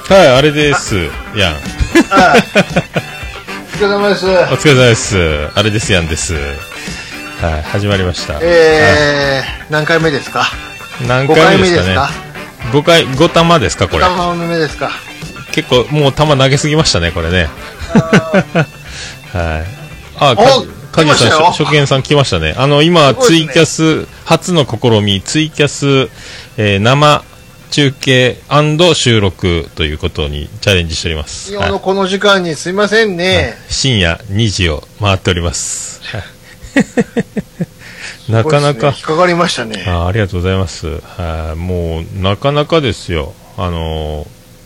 はい、あれですやん。 ああお疲れ様です。 お疲れ様です。あれですやんです。はい、始まりました。 何回目ですか？ 何回目ですかね。5玉ですかこれ。 5玉目ですか。 結構もう玉投げすぎましたねこれね。はい。あ、カジさん、初見さん来ましたね。今、ツイキャス、初の試み、ツイキャス、生中継&収録ということにチャレンジしております。 今のこの時間にすいませんね。 深夜2時を回っております。なかなか、 引っかかりましたね。 ありがとうございます。もう、なかなかですよ。今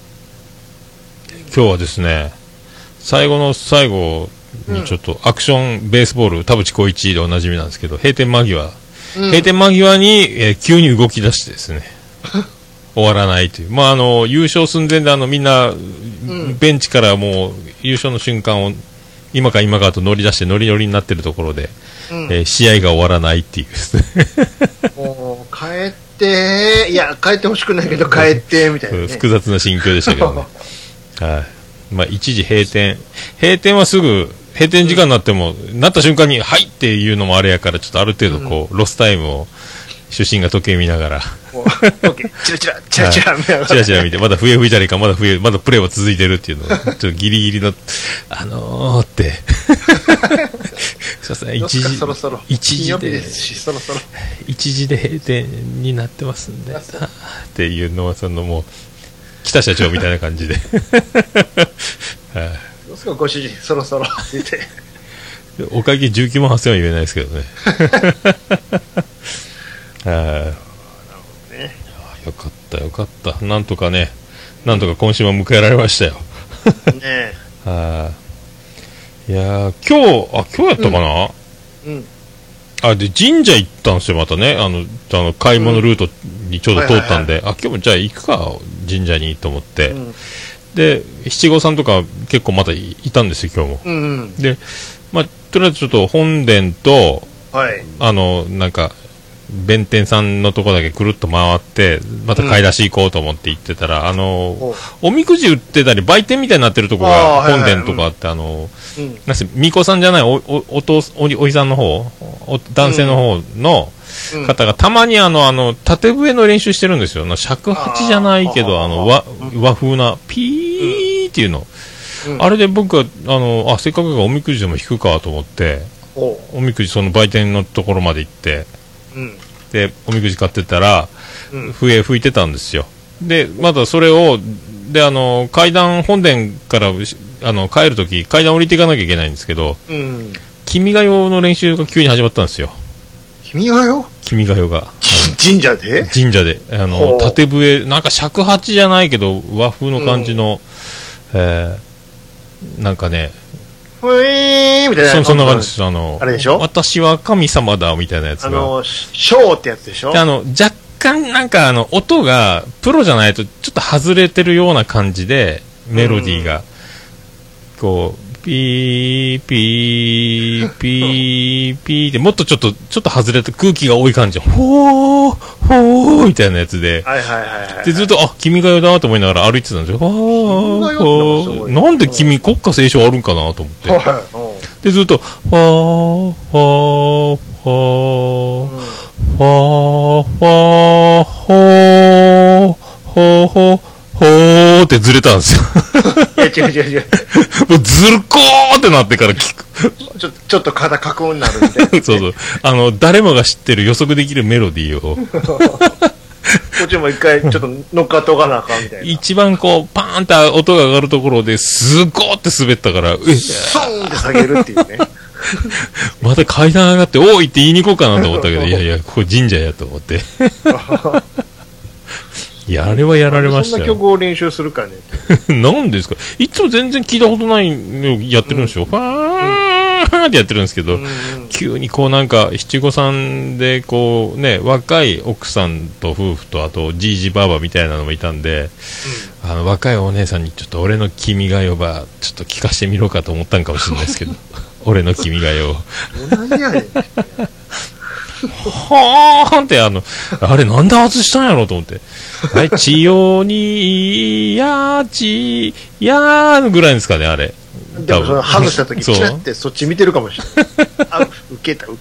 日はですね、最後の最後にちょっとアクションベースボール、田淵光一でおなじみなんですけど、閉店間際に、急に動き出してですね、終わらないという。まあ、優勝寸前でみんな、ベンチからもう優勝の瞬間を今かと乗り出してノリノリになってるところで、試合が終わらないっていうですね。 もう帰ってほしくないけど帰ってみたいな、ね、 複雑な心境でしたけどね。はい。まあ、一時閉店はすぐ閉店時間になっても、なった瞬間にはいっていうのもあれやから、ちょっとある程度こう、ロスタイムを主審が時計見ながらチラチラ見ながら、 チラチラ見て、まだ笛吹いたりか、まだプレーは続いてるっていうのを、ちょっとギリギリのってそうですね、一時で閉店になってますんでっていうのは、もう北社長みたいな感じでどうすかご主人、そろそろって言ってお会計19万8000は言えないですけどね。よかったなんとか今週も迎えられましたよ。 ねいや今日やったかな、で神社行ったんですよ。またね、買い物ルートにちょうど通ったんで、今日もじゃあ行くか神社にと思って、で七五三とか結構またいたんですよ今日も、で、まあ、とりあえずちょっと本殿と、なんか弁天さんのとこだけくるっと回ってまた買い出し行こうと思って行ってたら、おみくじ売ってたり売店みたいになってるとこが本殿とかあって、巫女さんじゃないおいさんの方、男性の方の方がたまに縦笛の練習してるんですよ。尺八じゃないけど和風なピーっていうの、あれで僕はせっかくがおみくじでも引くかと思って、おみくじその売店のところまで行って、でおみくじ買ってたら、笛吹いてたんですよ。でまだそれをで階段本殿から帰るとき階段降りていかなきゃいけないんですけど、君が代の練習が急に始まったんですよ。君が代が神社で縦笛なんか尺八じゃないけど和風の感じの、なんかねみたいな、 そんな感じです。 あれでしょ、 私は神様だみたいなやつがショーってやつでしょ。 若干なんか音がプロじゃないとちょっと外れてるような感じで、メロディーがこうピーピーピーピーってもっとちょっと外れて空気が多い感じ、ほーほーみたいなやつで、でずっと君が代だと思いながら歩いてたんですよ。なんで君国歌斉唱あるんかなと思って、でずっとファーファーファーファーファーファーファーファーほーってずれたんですよ。 違うもうずるこーってなってから聞く。 ちょっと肩カクになるみたいな、ね、 そう誰もが知ってる予測できるメロディーをこっちも一回ちょっと乗っかっておかなあかんみたいな。 一番こうパーンって音が上がるところですごーって滑ったからソーンって下げるっていうね。 また階段上がっておーいって言いに行こうかなと思ったけど、いやここ神社やと思って。いやあれはやられましたよ。 そんな曲を練習するかね。 なんですか、いつも全然聞いたことないのやってるんですよ。ファーってやってるんですけど、急にこうなんか七五三でこうね、若い奥さんと夫婦とあとじいじばあばみたいなのもいたんで、若いお姉さんにちょっと俺の君が代ばちょっと聞かしてみろかと思ったんかもしれないですけど俺の君が代をはーんって、あれなんで外したんやろうと思って。はい、千代にやちやーぐらいですかね、あれ。 でもその外した時、チラってそっち見てるかもしれない。あ、受けた。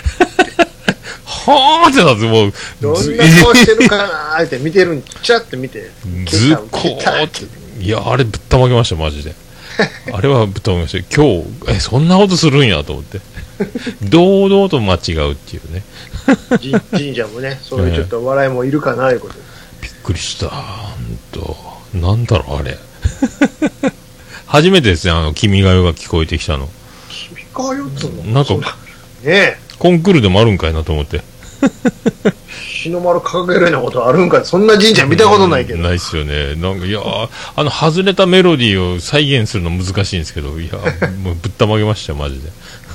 はーってなって、もう、 どんな顔してるかなーって見てるん、チラって見て。 ずっこーって。いや、あれぶったまげました、マジで。あれはぶったまげました。今日、そんなことするんやと思って。堂々と間違うっていうね。 神社もね、そういうちょっと笑いもいるかな、いうことで。 びっくりした。なんだろう、あれ。初めてですね、君が代が聞こえてきたの。 君が代ってのなんか、 ねえ。 コンクールでもあるんかいなと思って。 日の丸掲げるようなことあるんかい。そんな神社見たことないけど。 ないっすよね。なんか、いや外れたメロディーを再現するの難しいんですけど、いやもうぶったまげましたよ、マジで。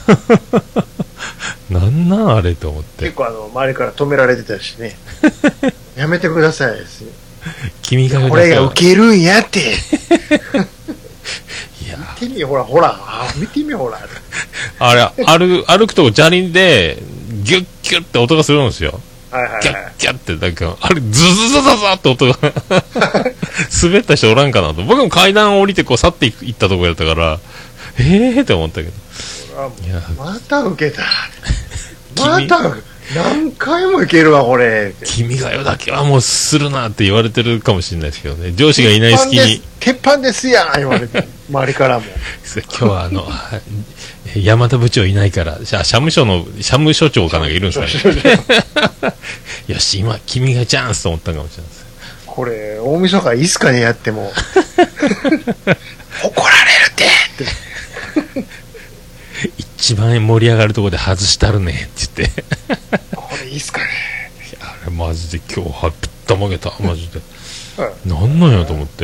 なんあれと思って。 結構周りから止められてたしね。やめてください。 君が代これがウケるんやって。 いや見てみよ、ほら。見てみよ、ほら。 あれ、歩くと砂利で、ギュッギュッって音がするんですよ。 はいはいはい。 ギャッギャッって、なんか、あれ、ズズズズズって音が、滑った人おらんかなと。僕も階段を降りてこう去っていったとこやったから、って思ったけど。 いやまた受けた。また、何回もいけるわ、これ。 君が代だけはもうするなって言われてるかもしれないですけどね。上司がいない隙に。 鉄板ですやん言われて。周りからも。 今日は山田部長いないから、社務所長かなんかいるんですかね。よし、今、君がチャンスと思ったかもしれないです。 これ、大晦日いいっすかね、やっても。怒られるって。 一番盛り上がるところで外したるねって言って。 これいいっすかね。 いや、あれマジで今日ぶったまげた、マジで。なんなんやと思って。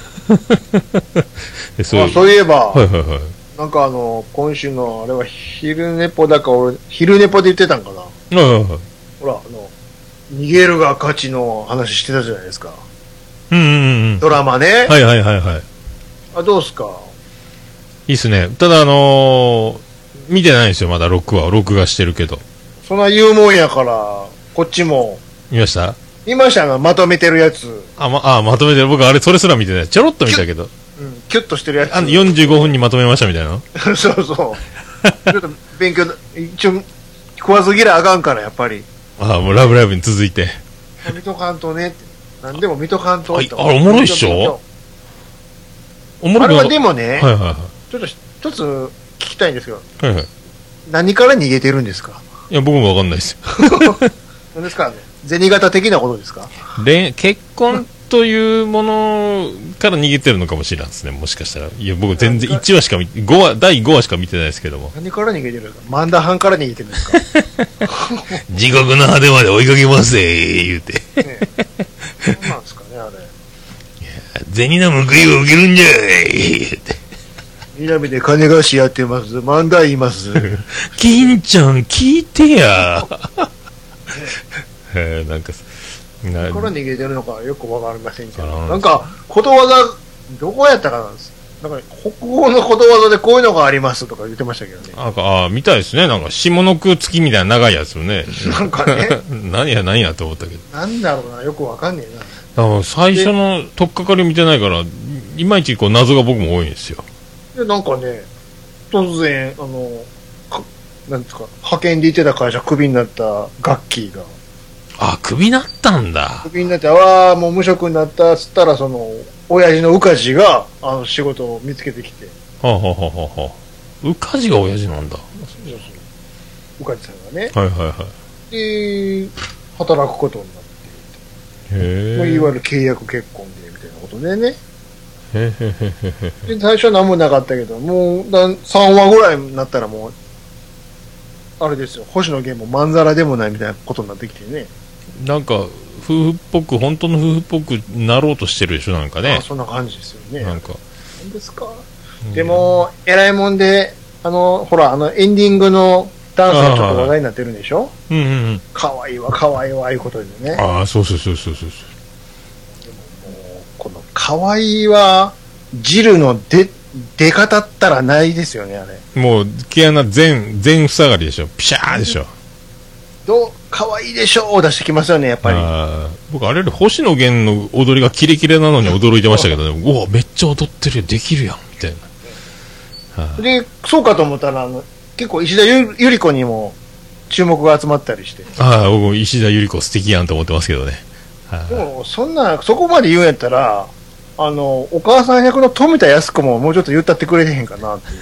そういえば、 はいはいはい。 なんか今週のあれは昼寝ぽだか、俺、昼寝ぽで言ってたんかな。 はいはいはい。 ほら、逃げるが勝ちの話してたじゃないですか。ドラマね。 はいはいはいはい。 どうっすか。 いいっすね。ただ見てないんですよ、まだ録画してるけど。 そんな言うもんやから、こっちも。 見ました？ 見ましたまとめてるやつ。 まとめてる。僕それすら見てない。ちょろっと見たけど。 キュッとしてるやつ。 45分にまとめましたみたいな。 そうそう。ちょっと勉強、一応、食わず嫌いあかんから、やっぱり。 もうラブライブに続いて。 見とかんとねって。なんでも見とかんとって。 おもろいっしょ？おもろい。 あれはでもね、 はいはいはい。 ちょっと一つ聞きたいんですけど、 はいはい。 何から逃げてるんですか？ いや、僕もわかんないですよ。 何ですかね？銭形的なことですか？ 結婚というものから逃げてるのかもしれないですね、もしかしたら。いや、僕全然1話しか第5話しか見てないですけども。 何から逃げてるんですか？マンダハンから逃げてるんですか？ 地獄の果てまで追いかけます言うて。 そうなんですかね、あれ。 銭の報いを受けるんじゃい言うて。 南で金貸しやってます。漫談言います。 金ちゃん聞いてや。なんかから逃げてるのかよくわかりませんけど、なんかことわざどこやったかなんか北欧のことわざでこういうのがありますとか言ってましたけどね。 見たいですね。なんか下の句付きみたいな長いやつよね。 なんかね。 何やと思ったけど。 なんだろうな、よくわかんねえな。 最初の取っかかり見てないからいまいち謎が僕も多いんですよ。 でなんかね、突然なんですか、派遣で行ってた会社クビになったガッキーが。 クビになったんだ。 クビになって、もう無職になったっつったら、親父の宇梶が仕事を見つけてきて。 宇梶が親父なんだ。 そう宇梶さんがね。 はいはいはい。 で働くことになっていて、いわゆる契約結婚でみたいなことでね。で最初は何もなかったけど、もう3話ぐらいになったらもうあれですよ、星野源もまんざらでもないみたいなことになってきてね。 なんか夫婦っぽく、本当の夫婦っぽくなろうとしてるでしょ、なんかね。 そんな感じですよね。 なんですか。でも偉いもんでほらエンディングのダンスがちょっと話題になってるんでしょ。可愛いわ可愛いわいうことでね。 そう。でももうこの可愛いは汁の出方ったらないですよね、あれ。 もう毛穴全塞がりでしょ。ピシャーでしょ。 可愛いでしょを出してきますよね、やっぱり。 僕、あれより星野源の踊りがキレキレなのに驚いてましたけどね、うわ、めっちゃ踊ってるよ、できるやん、みたいな。で、そうかと思ったら、結構石田ゆり子にも注目が集まったりして。 僕、石田ゆり子素敵やんと思ってますけどね。 でも、そこまで言うんやったら、お母さん役の富田靖子ももうちょっと言ったってくれてへんかなっていう。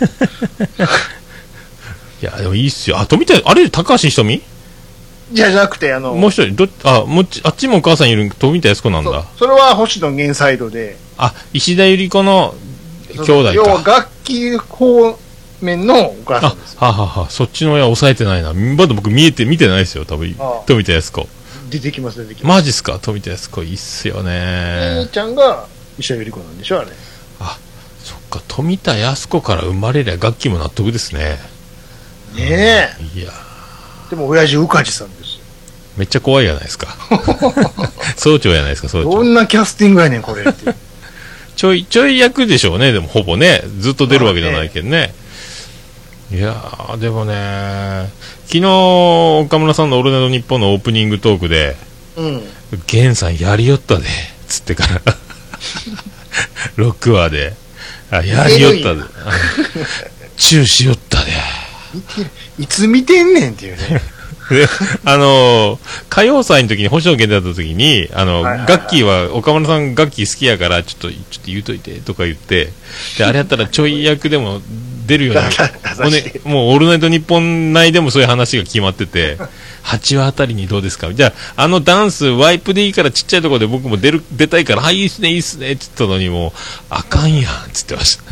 いや、でもいいっすよ。富田、あれ、高橋ひとみじゃなくて、 もう一人、あっちもお母さんいる富田靖子なんだ。 それは星野源サイドで。 石田ゆり子の兄弟か。 要は楽器方面のお母さんです。 そっちの親抑えてないな。まだ僕見てないですよ、多分。富田靖子。 出てきます。 マジっすか？富田靖子いいっすよね。 姉ちゃんが石田ゆり子なんでしょ、あれ。 そっか、富田靖子から生まれりゃ楽器も納得ですね。 ねえ。いやでも親父宇梶さんですよ。 めっちゃ怖いじゃないですか。総長じゃないですか、総長。 どんなキャスティングやねん、これって。 ちょい役でしょうね、でもほぼね。ずっと出るわけじゃないけどね。いやー、でもね、昨日、岡村さんのオールナイトニッポンのオープニングトークで、源さんやりよったで、つってから、ロックワーで、やりよったで、チューしよったで。 いつ見てんねんっていうね。 で、歌謡祭の時に、星野源だった時に、ガッキーは、岡村さんガッキー好きやから、ちょっと言うといて、とか言って、で、あれやったらちょい役でも出るように、もうオールナイトニッポン内でもそういう話が決まってて、8話あたりにどうですか？じゃあ、ダンス、ワイプでいいからちっちゃいところで僕も出たいから、いいっすね、いいっすね、って言ったのに、もう、あかんやん、つってました。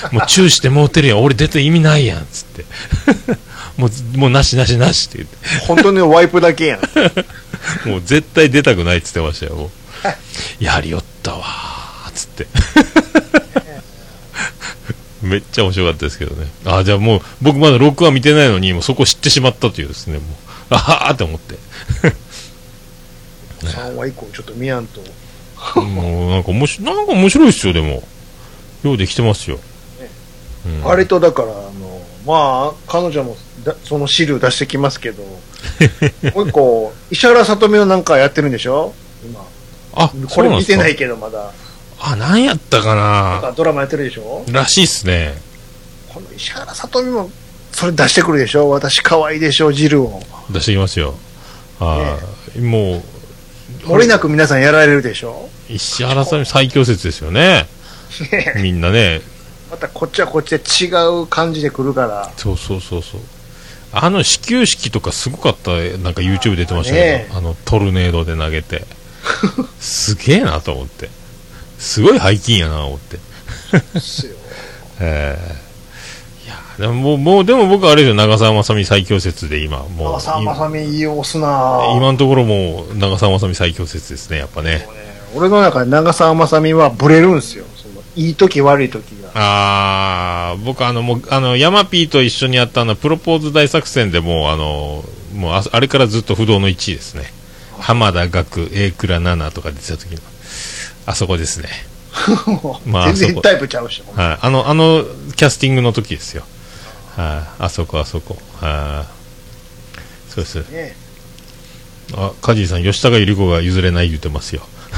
もうチューしてもうてるやん、俺出て意味ないやん、つって。もうなしって言って。 本当にワイプだけやん。もう絶対出たくないって言ってましたよ。やりよったわー、つって。めっちゃ面白かったですけどね。じゃあもう、僕まだ録画見てないのに、もうそこ知ってしまったというですね、もう、って思って。 3話以降ちょっと見やんと。 もうなんか面白いっすよ、でも。ようできてますよ。 あれとだから、彼女もその資料出してきますけど、もう一個、石原さとみのなんかやってるんでしょ今。これ見てないけど、まだ。 何やったかな。 ドラマやってるでしょらしいっすね。 この石原さとみも、それ出してくるでしょ私可愛いでしょ汁を。 出してきますよ。もう。 漏れなく皆さんやられるでしょ石原さとみ最強説ですよね。みんなね。 またこっちはこっちで違う感じで来るから。 そう。始球式とかすごかった。なんか YouTube 出てましたけど、トルネードで投げて。すげえなと思って。すごい背筋やな思って。 ですよ。 いや、でも僕あれですよ、長澤まさみ最強説で今。もう長澤まさみいい押すな今のところもう長澤まさみ最強説ですね、やっぱね。 俺の中で長澤まさみはブレるんですよ。いい時悪い時が。僕もうヤマピーと一緒にやったプロポーズ大作戦でもうあれからずっと不動の1位ですね。浜田岳、榮倉奈々とか出てた時のあそこですね。 全然タイプちゃうし。 はい、キャスティングの時ですよ。あそこ。そうです。ね、梶井さん、吉高由里子が譲れない言ってますよ。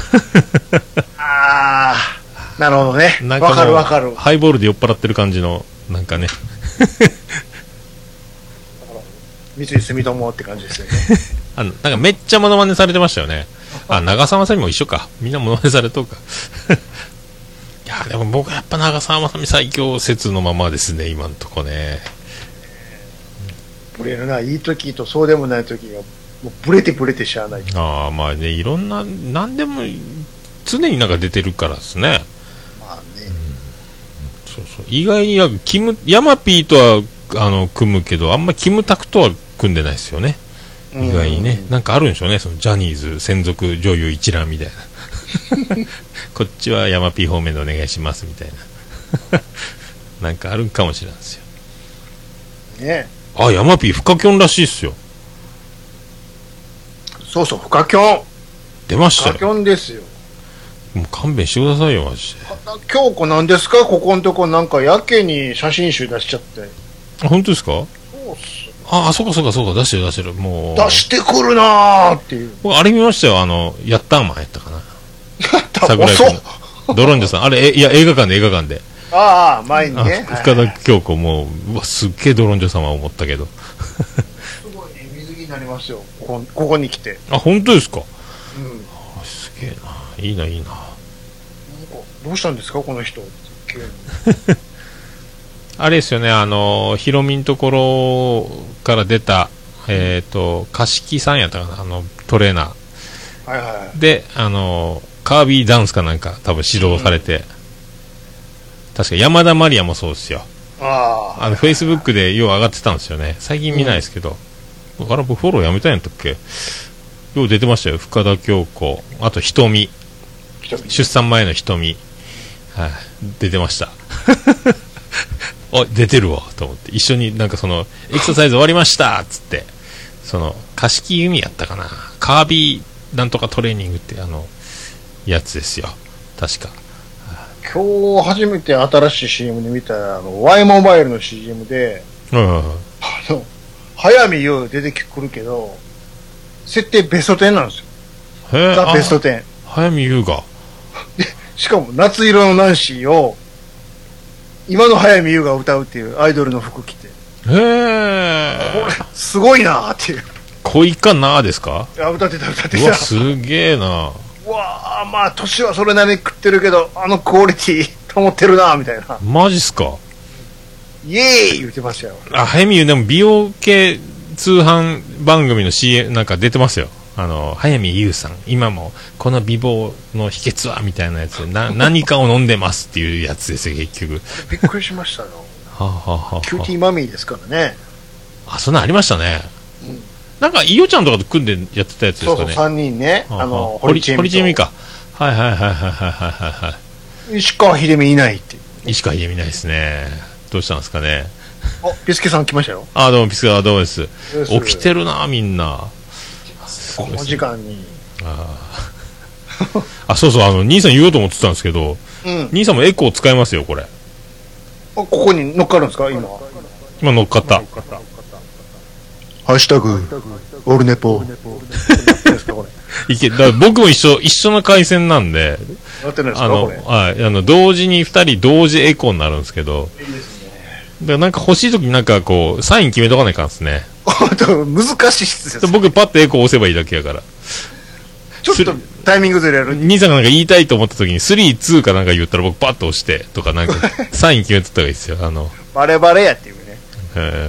なるほどね。わかる。 ハイボールで酔っ払ってる感じの、なんかね。 三井住友って感じですよね。 なんかめっちゃモノマネされてましたよね。長澤まさみも一緒か。みんなモノマネされとうか。いや、でも僕はやっぱ長澤まさみ最強説のままですね、今んとこね。 ブレるな、いい時とそうでもない時が、もうブレてしゃあない。 まあね、いろんな、なんでも、常になんか出てるからですね。 まあね。 そう。意外にヤマピーとは、組むけど、あんまキムタクとは組んでないですよね。意外にね。なんかあるんでしょうね、そのジャニーズ専属女優一覧みたいな。こっちはヤマピー方面でお願いしますみたいな。なんかあるかもしれないですよ。 ね。 ヤマピーフカキョンらしいっすよ。 そう、フカキョン。 出ましたよ。 フカキョンですよ。 もう勘弁してくださいよ、マジで。 京子なんですかここのとこなんかやけに写真集出しちゃって。 本当ですか？ そうっすああ、そうかそうかそうか、出してる出してる。もう。 出してくるなーっていう。 僕、あれ見ましたよ、ヤッターマンやったかな。 桜井君。 ドロンジョさん。あれ、いや、映画館で。 ああ、前にね。 深田恭子も、うわ、すっげえドロンジョ様思ったけど。 すごいね、水着になりますよ。ここに来て。 あ、本当ですか。 うん。 すげえな。いいな。 どうしたんですか、この人。 あれですよね、ヒロミのところから出た、貸木さんやったかな、トレーナー。はいはい。 で、カービーダンスかなんか多分指導されて、確か山田マリアもそうですよ。 フェイスブックでよう上がってたんですよね。最近見ないですけど。僕フォローやめたんやったっけ。よう出てましたよ。深田恭子。あと瞳。出産前の瞳。はい、出てました。出てるわと思って、一緒になんかエクササイズ終わりましたっつって、貸木由美やったかな、カービーなんとかトレーニングってやつですよ、確か。 今日初めて新しい CM で見たY モバイルの CM で、早見優出てくるけど、設定ベスト10なんですよ。ザ・ベスト10。 早見優が。 しかも夏色のナンシーを今の早見優が歌うっていうアイドルの服着て、 へえ、 これすごいなーっていう。 恋かなーですか。 いや、歌ってた。 うわ、すげえな。 うわー、まあ年はそれなりに食ってるけど、クオリティ保ってるなーみたいな。 マジっすか。 イエーイ言ってましたよ。 早見優でも美容系通販番組の CM なんか出てますよ。早見優さん、今もこの美貌の秘訣はみたいなやつで何かを飲んでますっていうやつですよ、結局。 びっくりしましたよ。キューティーマミーですからね。 あ、そんなんありましたね。なんか伊代ちゃんとかと組んでやってたやつですかね。 そう3人ね。 堀ちえみか。はい。 石川秀美いないっていう。 石川秀美いないですね。どうしたんですかね。 ピスケさん来ましたよ。 どうもピスケさん、どうもです。起きてるな、みんな。 この時間に。 そうそう、兄さん言おうと思ってたんですけど、兄さんもエコー使えますよ、これ。 ここに乗っかるんですか、今乗っかった。 ハッシュタグオルネポ。 僕も一緒の回線なんで、同時に2人同時エコーになるんですけど、なんか欲しいときになんかこうサイン決めとかないかんですね。 難しいっすよ。 僕パッとエコー押せばいいだけやから。 ちょっとタイミングずれる。 兄さんがなんか言いたいと思ったときに3、2かなんか言ったら僕パッと押してとかなんかサイン決めとった方がいいですよ。 バレバレやっていうね。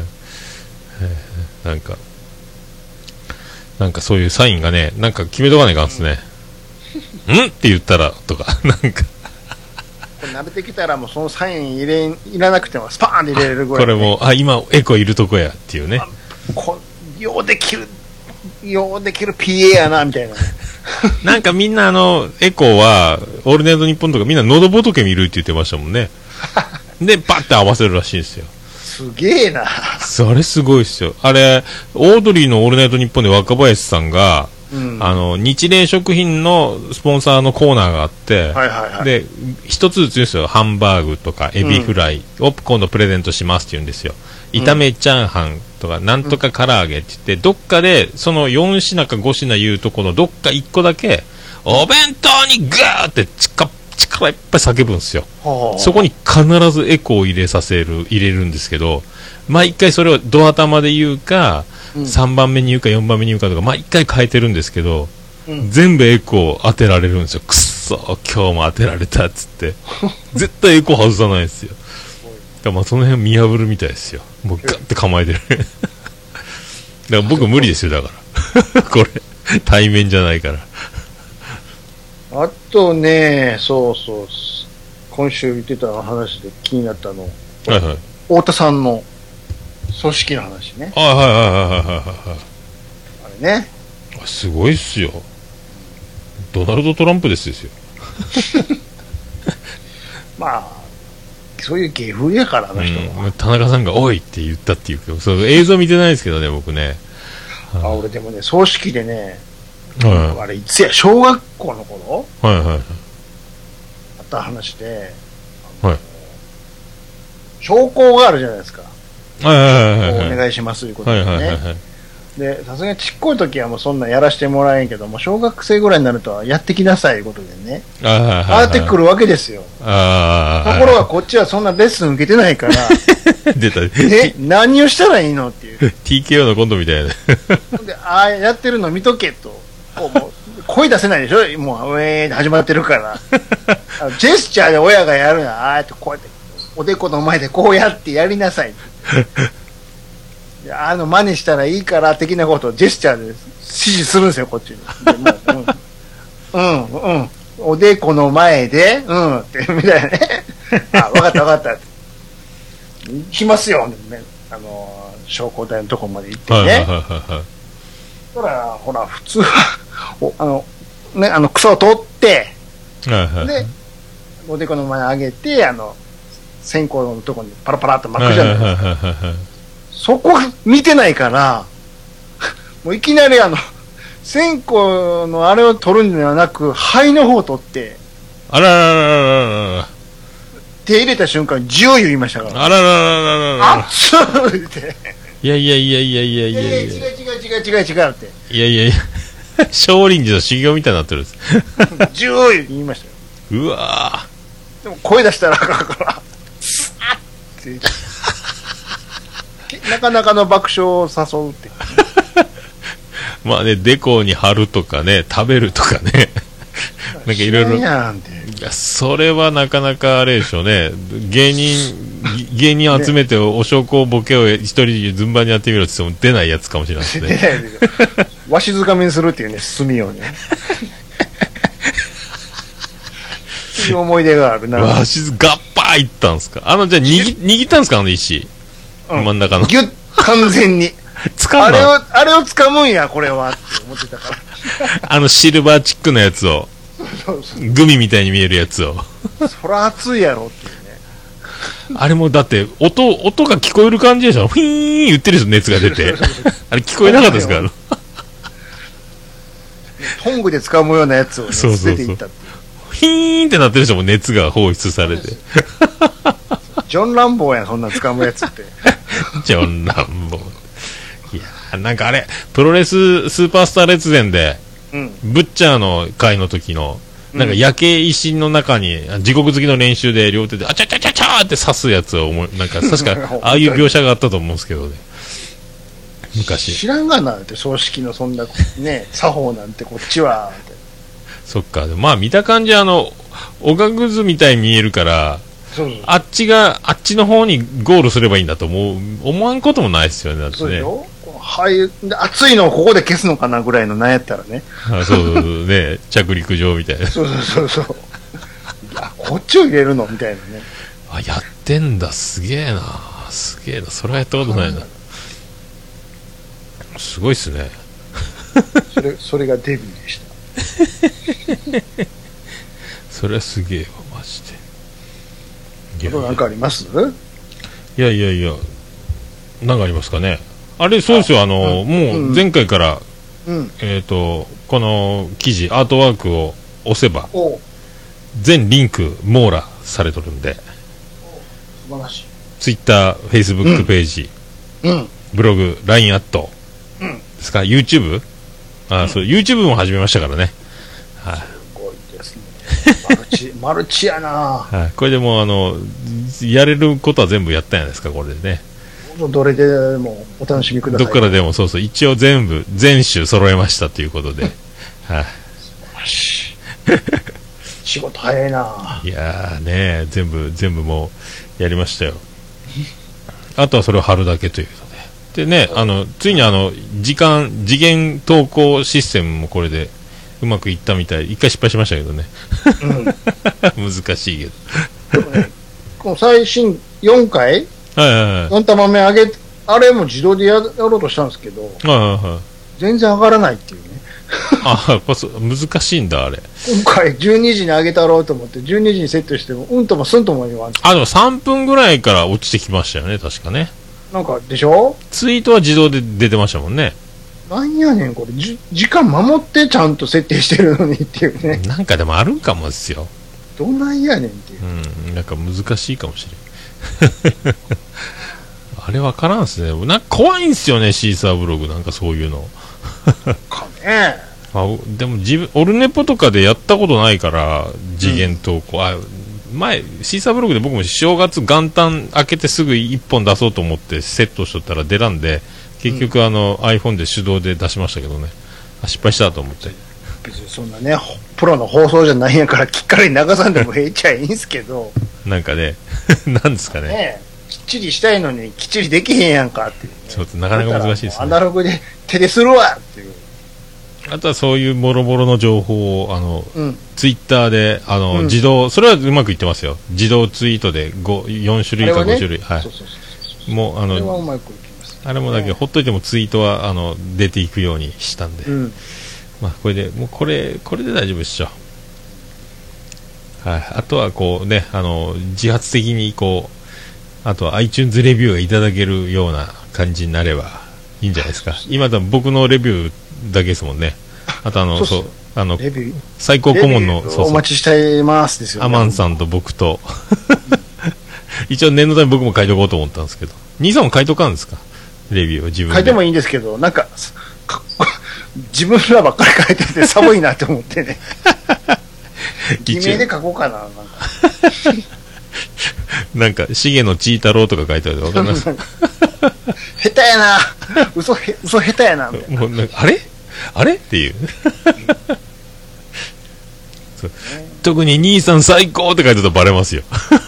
なんかそういうサインがね、なんか決めとかないかんですね。って言ったらとかなんか。 これ慣れてきたらもうそのサインいらなくてもスパーンで入れれるぐらい、 ね、これも今エコいるとこやっていうね。 ようできる PA やなみたいな。 なんかみんなエコーはオールナイトニッポンとかみんな喉仏見るって言ってましたもんね。でパッて合わせるらしいんですよ。 すげえな。 それすごいっすよ。あれオードリーのオールナイトニッポンで若林さんが、日霊食品のスポンサーのコーナーがあって、で一つずつ言うんですよ。ハンバーグとかエビフライを今度プレゼントしますって言うんですよ。炒めチャーハンとかなんとか唐揚げって言って、どっかでその4品か5品言うとこのどっか1個だけお弁当にグーって力いっぱい叫ぶんですよ。そこに必ずエコーを入れるんですけど、毎回それをドア玉で言うか、3番目に言うか4番目に言うかとか毎回変えてるんですけど、全部エコー当てられるんですよ。くっそ今日も当てられたっつって絶対エコー外さないですよ。だからその辺見破るみたいですよ。もうガッて構えてるだから僕無理ですよ。だからこれ対面じゃないから。 あとね、そう今週言ってた話で気になったの、太田さんの組織の話ね。あれね、 すごいっすよ。ドナルド・トランプですよ。 まあそういう芸風やからな人は、 田中さんがおいって言ったっていうそう映像見てないですけどね、僕ね。 俺でもね、葬式でね、あれいつや、小学校の頃あった話で、昇降があるじゃないですか。 お願いしますということでね。で、さすがにちっこい時はもうそんなんやらしてもらえんけども、小学生ぐらいになるとやってきなさいということでね。回ってくるわけですよ。ところがこっちはそんなレッスン受けてないから、 出た。 何をしたらいいのっていう。 TKO のコントみたいな。 で、やってるの見とけと。もう声出せないでしょもう、って始まってるから。ジェスチャーで親がやるな。こうやって、おでこの前でこうやってやりなさい。真似したらいいから的なことをジェスチャーで指示するんですよ、こっちに。おでこの前で、って、みたいなね。わかったわかった。行きますよ、商工隊のとこまで行ってね。ほら、普通は、草を取って、で、おでこの前に上げて、線香のとこにパラパラっと巻くじゃないですか。そこ見てないから、もういきなり線香のあれを取るんではなく、灰の方を取って、 あららららら手入れた瞬間、ジュー言いましたから。 あららららら熱っって。 いやいやいやいやいやいやいや。 違うって。 いやいやいや。少林寺の修行みたいになってるんです。 ジュー言いましたよ。 うわぁ。でも声出したらあかんから、って。なかなかの爆笑を誘うって。 まあね、デコに貼るとかね、食べるとかね。なんかいろいろ。いや、それはなかなかあれでしょうね。芸人集めてお証拠ボケを一人順番にやってみろって言っても出ないやつかもしれないですね。出ないですよ。 わしづかみにするっていうね、炭をね。そういう思い出があるな。 わしづ、ガッパーいったんですか。じゃあ握ったんですか、石。真ん中の。 ギュッ、完全に。 掴むあれを掴むんや、これは。って思ってたから。 シルバーチックなやつを。グミみたいに見えるやつを。 そら熱いやろっていうね。 あれもだって、音が聞こえる感じでしょ。フィーン言ってる人熱が出て。あれ聞こえなかったですから。 トングで掴むようなやつを、ね、出ていったっていう。 フィーンってなってる人も熱が放出されて。 ジョン・ランボーや、そんなん掴むやつって。 ジョン・ランボー。いや、なんかあれ、プロレススーパースター列伝で、ブッチャーの会の時の、なんか焼け石の中に、地獄好きの練習で両手で、あちゃちゃちゃちゃって刺すやつをなんか、確か、ああいう描写があったと思うんですけどね。昔。 知らんがなって、葬式のそんな、ね、作法なんてこっちは、って。 そっか、まあ見た感じおがくずみたいに見えるから、そうあっちの方にゴールすればいいんだと思わんこともないですよね、だってね。そうよ。 熱いのをここで消すのかなぐらいのなんやったらね。 そうね、着陸場みたいな。 そう。いや、こっちを入れるのみたいなね。 あ、やってんだ、すげえな。それはやったことないな。すごいっすね。 それがデビューでした。 それはすげえわ、マジで。 なんかあります？ いやなんかありますかね。あれ、そうですよ、もう前回から、この記事アートワークを押せば全リンク網羅されとるんで、 素晴らしい。 ツイッター、フェイスブックページ、ブログ、LINE アットですか、YouTube？ そう、YouTube も始めましたからね。 すごいですね。マルチやな。 これでもやれることは全部やったんじゃないですか、これでね。 どれでもお楽しみください。 どっからでも、そう一応全種揃えましたということで。 仕事早いな。 いやーね、全部もうやりましたよ。あとはそれを貼るだけということで。でね、ついに次元投稿システムもこれでうまくいったみたい。一回失敗しましたけどね。難しいけど。 この最新4回4玉目あれも自動でやろうとしたんですけど、全然上がらないっていうね。 難しいんだ、あれ。 今回12時に上げたろうと思って12時にセットしてもうんともすんとも言わん。 でも3分ぐらいから落ちてきましたよね、確かね。 なんかでしょ。 ツイートは自動で出てましたもんね。 なんやねんこれ、時間守ってちゃんと設定してるのにっていうね。 なんかでもあるんかもですよ。 どないやねんっていう。 なんか難しいかもしれん。 あれわからんすね。なんか怖いんすよね、シーサーブログ。なんかそういうの。 かね。 でもオルネポとかでやったことないから、次元投稿。前、シーサーブログで僕も正月元旦開けてすぐ1本出そうと思ってセットしとったら出らんで、結局iPhone で手動で出しましたけどね。失敗したと思って。 別にそんなね、プロの放送じゃないんやから、きっかり流さんでもええっちゃいいんすけど。 なんかね、なんですかね。 きっちりしたいのに、きっちりできへんやんかっていう、ね。 ちょっとなかなか難しいですね。 アナログで手でするわっていう。 あとはそういうもろもろの情報を、ツイッターで、自動、それはうまくいってますよ。自動ツイートで4種類か5種類。はい。そう。もう、 あれはうまくいきます。 あれもだけど、ほっといてもツイートは、出ていくようにしたんで。まあ、これで、もうこれで大丈夫っしょ。はい。あとはこうね、自発的にこう、あとは iTunes レビューがいただけるような感じになればいいんじゃないですか。今多分僕のレビューだけですもんね。あとレビュー最高顧問の、 お待ちしてますですよね。 アマンさんと僕と。一応念のため僕も書いとこうと思ったんですけど。兄さんも書いとかんですか？レビューを自分で。 書いてもいいんですけど、なんか、自分らばっかり書いてて寒いなって思ってね。偽名で書こうかな、なんか。 なんか、シゲのチータローとか書いてあるで分かります？ 下手やな。嘘下手やな。 もうなんかあれっていう。特に兄さん最高って書いてるとバレますよ。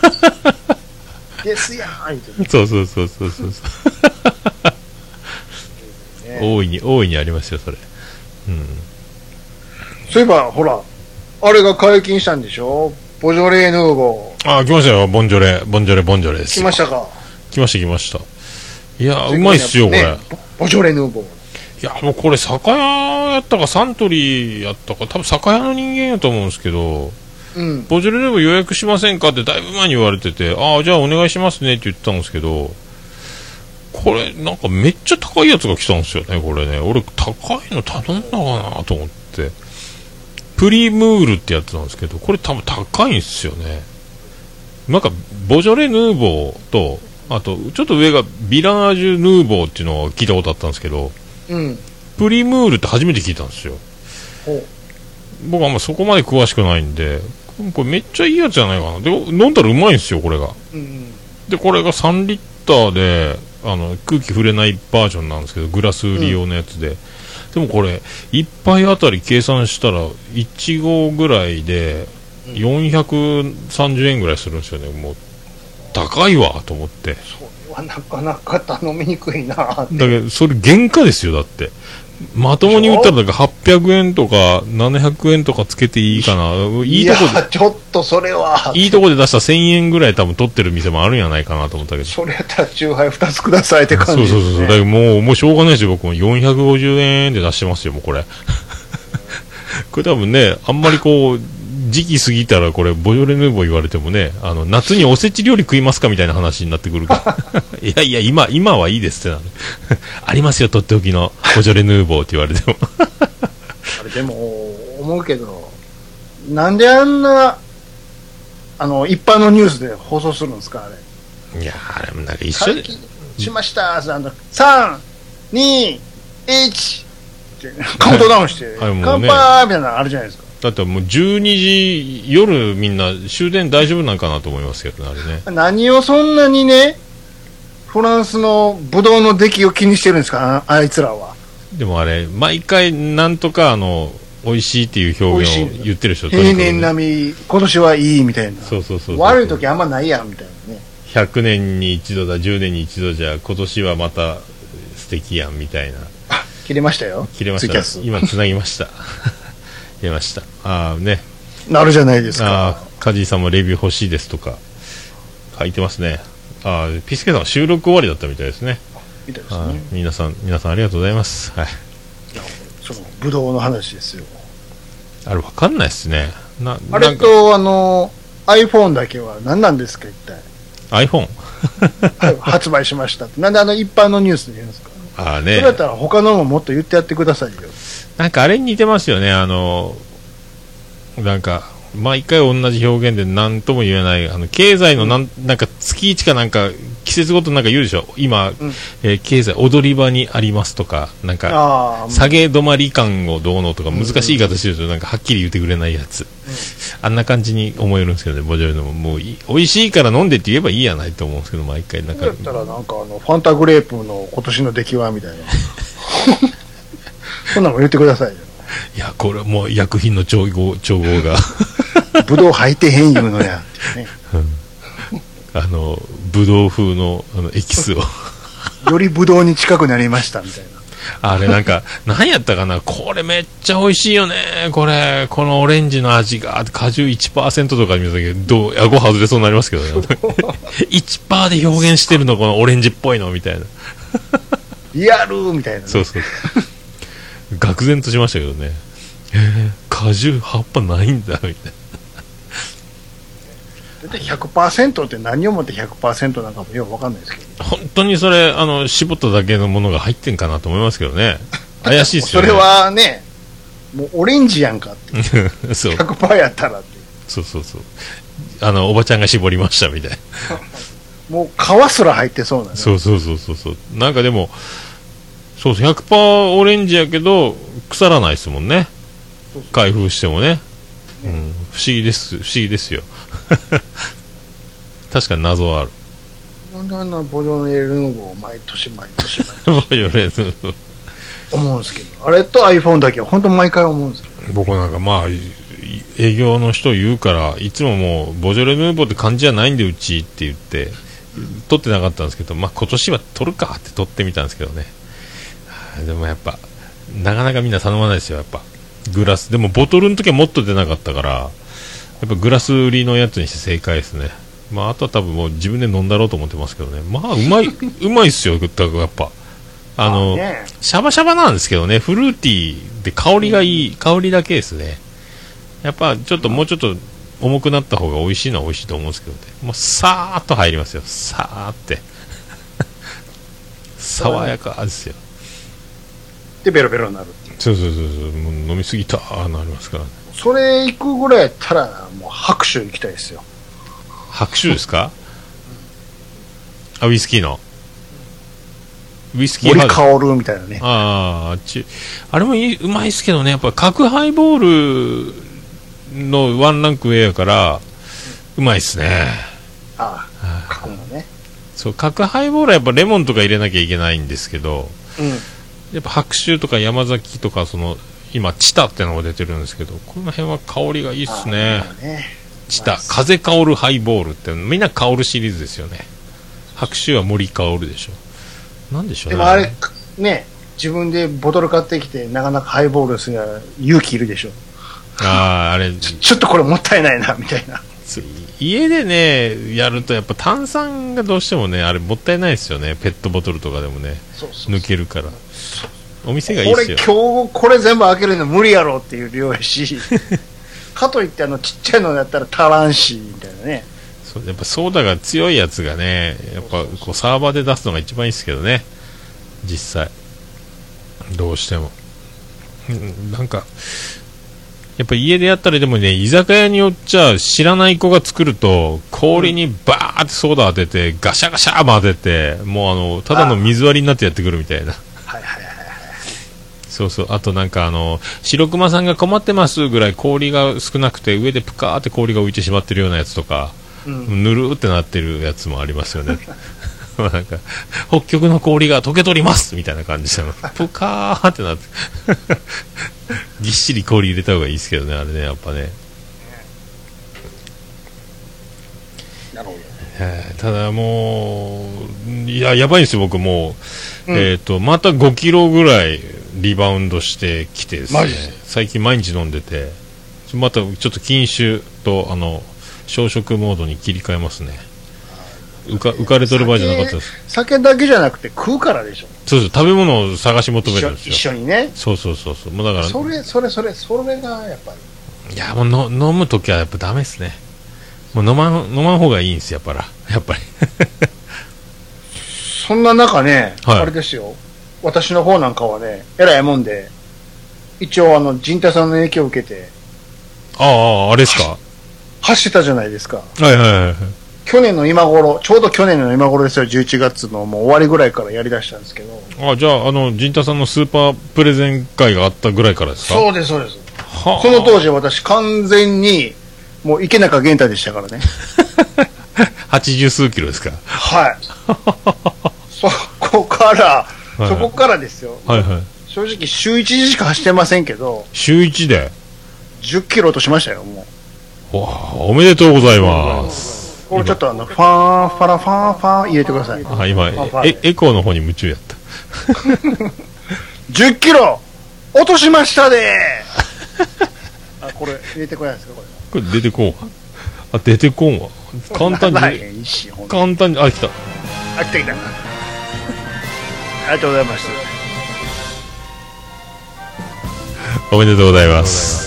ですやん。 そう。大いにありますよ、それ。 そういえば、ほら、あれが解禁したんでしょ？ボジョレ・ヌーボー。来ましたよ、ボンジョレです。 来ましたか？ 来ました。いや、うまいっすよ、これ。 ボジョレ・ヌーボー。 いや、もうこれ、酒屋やったか、サントリーやったか、多分酒屋の人間やと思うんですけど、ボジョレ・ヌーボー予約しませんかってだいぶ前に言われてて、じゃあお願いしますねって言ったんですけど、これ、なんかめっちゃ高いやつが来たんですよね、これね。俺、高いの頼んだかなと思って。プリムールってやつなんですけど、これ多分高いんですよね。なんか、ボジョレ・ヌーボーと、あと、ちょっと上がビラージュ・ヌーボーっていうのを聞いたことあったんですけど、プリムールって初めて聞いたんですよ。僕はあんまそこまで詳しくないんで、これめっちゃいいやつじゃないかな。で、飲んだらうまいんですよ、これが。で、これが3リッターで、空気触れないバージョンなんですけど、グラス売り用のやつで。でもこれ、1杯あたり計算したら、1合ぐらいで、430円ぐらいするんですよね。もう、高いわ、と思って。 それはなかなか頼みにくいな。だけど、それ原価ですよ、だって。まともに売ったら、だから800円とか、700円とかつけていいかな。いいとこで。 ちょっとそれは。 いいとこで出したら1000円ぐらい多分取ってる店もあるんやないかなと思ったけど。 それやったら、チューハイ2つくださいって感じですね。 そう。だからもうしょうがないですよ、僕も。450円で出してますよ、もうこれ。これ多分ね、あんまりこう、時期過ぎたらこれボジョレ・ヌーボー言われてもね、夏におせち料理食いますかみたいな話になってくるからいや今はいいですってなるありますよ、とっておきのボジョレ・ヌーボーって言われてもあれでも思うけど、なんであんな一般のニュースで放送するんですか、あれ。 いやあれもなんか一緒でしました3、2、1カウントダウンして、乾杯みたいなのあるじゃないですか。 だってもう12時夜みんな終電大丈夫なんかなと思いますけどね、あれね。 何をそんなにね、フランスのブドウの出来を気にしてるんですか、あいつらは。 でもあれ毎回なんとか美味しいっていう表現を言ってる人、 平年並み今年はいいみたいな。 そう悪い時あんまないやんみたいなね。 100年に一度だ10年に一度じゃ今年はまた素敵やんみたいな。 切れましたよ。 切れました。今つなぎました出ました。ね。 なるじゃないですか。 カジーさんもレビュー欲しいですとか書いてますね。ピスケさんは収録終わりだったみたいですね。 みたいですね。 皆さんありがとうございます。はい。 そのブドウの話ですよ。 あれわかんないですね。 あれとiPhone だけは何なんですか、一体。 iPhone 発売しましたって。なんで一般のニュースで言うんですか。 ね。 それだったら他のももっと言ってやってくださいよ。 なんかあれに似てますよね。なんか毎回同じ表現で何とも言えない経済のなんか月1かなんか季節ごとなんか言うでしょ今、経済踊り場にありますとかなんか下げ止まり感をどうのとか難しい言い方してるとなんかはっきり言ってくれないやつ、あんな感じに思えるんですけどね。ボジョレ・ヌーボーもう美味しいから飲んでって言えばいいやないと思うんですけど、毎回なんかだったらなんかファンタグレープの今年の出来はみたいなそんなの言ってくださいよ。 いやこれもう薬品の調合がブドウ入ってへんいうのやってね、 ブドウ風のエキスをよりブドウに近くなりましたみたいな。 あれなんか何やったかな、これめっちゃ美味しいよねこのオレンジの味が果汁 1% とか見たけど顎外れそうになりますけどね1% で表現してるのこのオレンジっぽいのみたいなリアルみたいな、ね、 そう愕然としましたけどね。果汁葉っぱないんだみたいな。 だって 100% って何をもって 100% なんかもよく分かんないですけど、 本当にそれ絞っただけのものが入ってんかなと思いますけどね。怪しいっすよねそれはねもうオレンジやんかってそう 100% やったらってそうおばちゃんが絞りましたみたいなもう皮すら入ってそうな、ね、 そうなんかでもそう 100% オレンジやけど腐らないですもんね。開封してもね、不思議ですよ確かに謎はある。 なんであんなボジョレ・ヌーボーを毎年ボジョレ・ヌーボー思うんですけど、あれと iPhone だけは本当毎回思うんですけど、 僕なんかまあ営業の人言うからいつももうボジョレ・ヌーボーって感じじゃないんでうちって言って撮ってなかったんですけど、まあ今年は撮るかって撮ってみたんですけどね。でもやっぱなかなかみんな頼まないですよ。やっぱグラスでもボトルの時はもっと出なかったからやっぱグラス売りのやつにして正解ですね。まああとは多分もう自分で飲んだろうと思ってますけどね。まあうまいっすよ。やっぱシャバシャバなんですけどね。フルーティーで香りがいい、香りだけですね。やっぱちょっともうちょっと重くなった方が美味しいのは美味しいと思うんですけどね。もうさーっと入りますよ。さーって爽やかですよ。 でベロベロになるっていう。 そうもう飲みすぎたなりますからね。 それ行くぐらいやったらもう白州行きたいですよ。 白州ですかウイスキーのウイスキー森香るみたいなね。 あれもうまいですけどね。やっぱ角ハイボールのワンランク上やからうまいっすね。 角もね。 そう角ハイボールはやっぱレモンとか入れなきゃいけないんですけど、やっぱ白州とか山崎とか今チタってのが出てるんですけど、この辺は香りがいいっすね。チタ風香るハイボールってみんな香るシリーズですよね。白州は森香るでしょ。なんでしょうね。 でもあれね自分でボトル買ってきてなかなかハイボールするのは勇気いるでしょ。 あれちょっとこれもったいないなみたいな。 家でねやるとやっぱ炭酸がどうしてもねあれもったいないですよね。ペットボトルとかでもね抜けるからお店がいいですよ。 今日これ全部開けるの無理やろっていう量やしかといってちっちゃいのだったら足らんしみたいなね。 そうやっぱソーダが強いやつがねやっぱこうサーバーで出すのが一番いいですけどね実際どうしても、なんかやっぱ家でやったらでもね居酒屋によっちゃ知らない子が作ると氷にバーってソーダ当ててガシャガシャ混ぜてもうただの水割りになってやってくるみたいな。そうあとなんか白熊さんが困ってますぐらい氷が少なくて上でプカーって氷が浮いてしまってるようなやつとか、ぬるーってなってるやつもありますよねなんか北極の氷が溶け取りますみたいな感じでプカーってなってぎっしり氷入れた方がいいですけどねあれねやっぱね。 なるほど。 ただもうやばいんですよ僕もう、また5キロぐらいリバウンドしてきてですね最近毎日飲んでてまたちょっと禁酒と小食モードに切り替えますね。浮かれとる場合じゃなかったです。 酒だけじゃなくて食うからでしょ。 そう食べ物を探し求めるんですよ一緒にね。 そうもうだからそれがやっぱりいやもう飲むときはやっぱダメですね。もう飲まん方がいいんですやっぱりそんな中ね、あれですよ私の方なんかはねえらいもんで一応陣太さんの影響を受けてあれですか走ってたじゃないですか。 はい去年の今頃、ちょうど去年の今頃ですよ、11月のもう終わりぐらいからやりだしたんですけど。 じゃあ、陣太さんのスーパープレゼン会があったぐらいからですか？ そうです、そうです。その当時私完全に、もう池中玄太でしたからね。 80数キロですか？ はい。そこからですよ。 はいはい。 正直週1時しか走ってませんけど。 週1で 10キロとしましたよ、もう。おめでとうございます。 これちょっとファーファラファーファー入れてください。 今、エコーの方に夢中やった。 10キロ落としましたでこれ入れてこないですか、 これ出てこんわ。出てこんわ。簡単に。簡単に、来た。 来た。ありがとうございます。 おめでとうございます。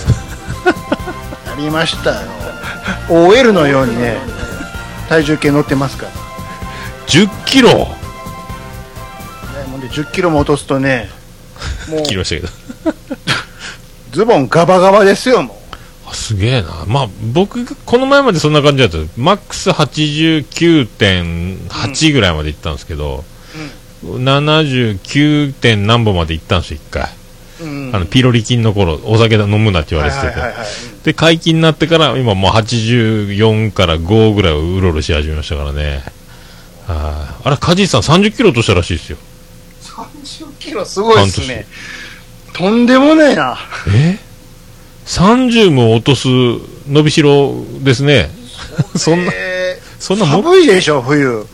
やりましたよ。OL のようにね、体重計乗ってますから。 10キロ。 もうで10キロも落とすとね、もう切りましたけど。 ズボンガバガバですよ、もう。 すげえな。まあ、僕、この前までそんな感じだった。マックス 89.8 ぐらいまで行ったんですけど、79. 点何本まで行ったんですよ、一回。ピロリ菌の頃、お酒飲むなって言われてて。で、解禁になってから、今もう84から5ぐらいをうろうろし始めましたからね。あれ、梶井さん30キロ落としたらしいですよ。 30キロすごいですね。とんでもねえな。 30も落とす伸びしろですね。そんな寒いでしょ、冬。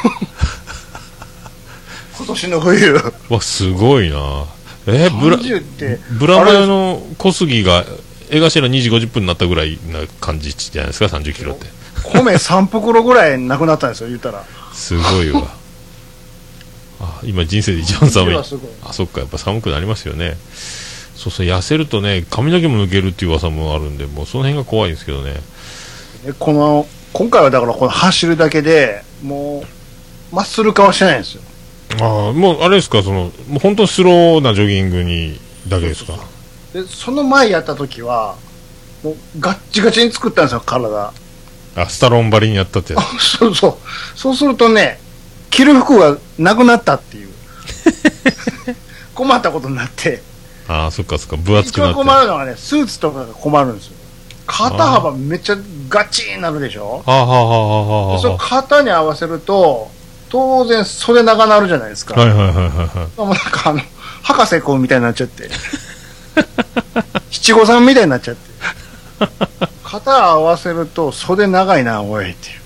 今年の冬。 わ、すごいな。ブラマヨの小杉が江頭2時50分になったぐらいな感じじゃないですか、30キロって。 米3袋ぐらいなくなったんですよ、言ったら。 すごいわ。今人生で一番寒い。そっか、やっぱ寒くなりますよね。そうそう、痩せるとね、髪の毛も抜けるっていう噂もあるんで、もうその辺が怖いんですけどね。 今回はだからこの走るだけでもうマッスル化はしてないんですよ。 もうあれですか、もう本当にスローなジョギングにだけですか？ でその前やった時はもうガッチガチに作ったんですよ、体。 スタロン張りにやったってやつ。 そうするとね、着る服がなくなったっていう困ったことになって。 そっか、分厚くなって。 一番困るのはね、スーツとかが困るんですよ。肩幅めっちゃガチーになるでしょ。その肩に合わせると当然袖長なるじゃないですか。もうなんか博士君みたいになっちゃって七五三みたいになっちゃって肩合わせると袖長いなおいっていう。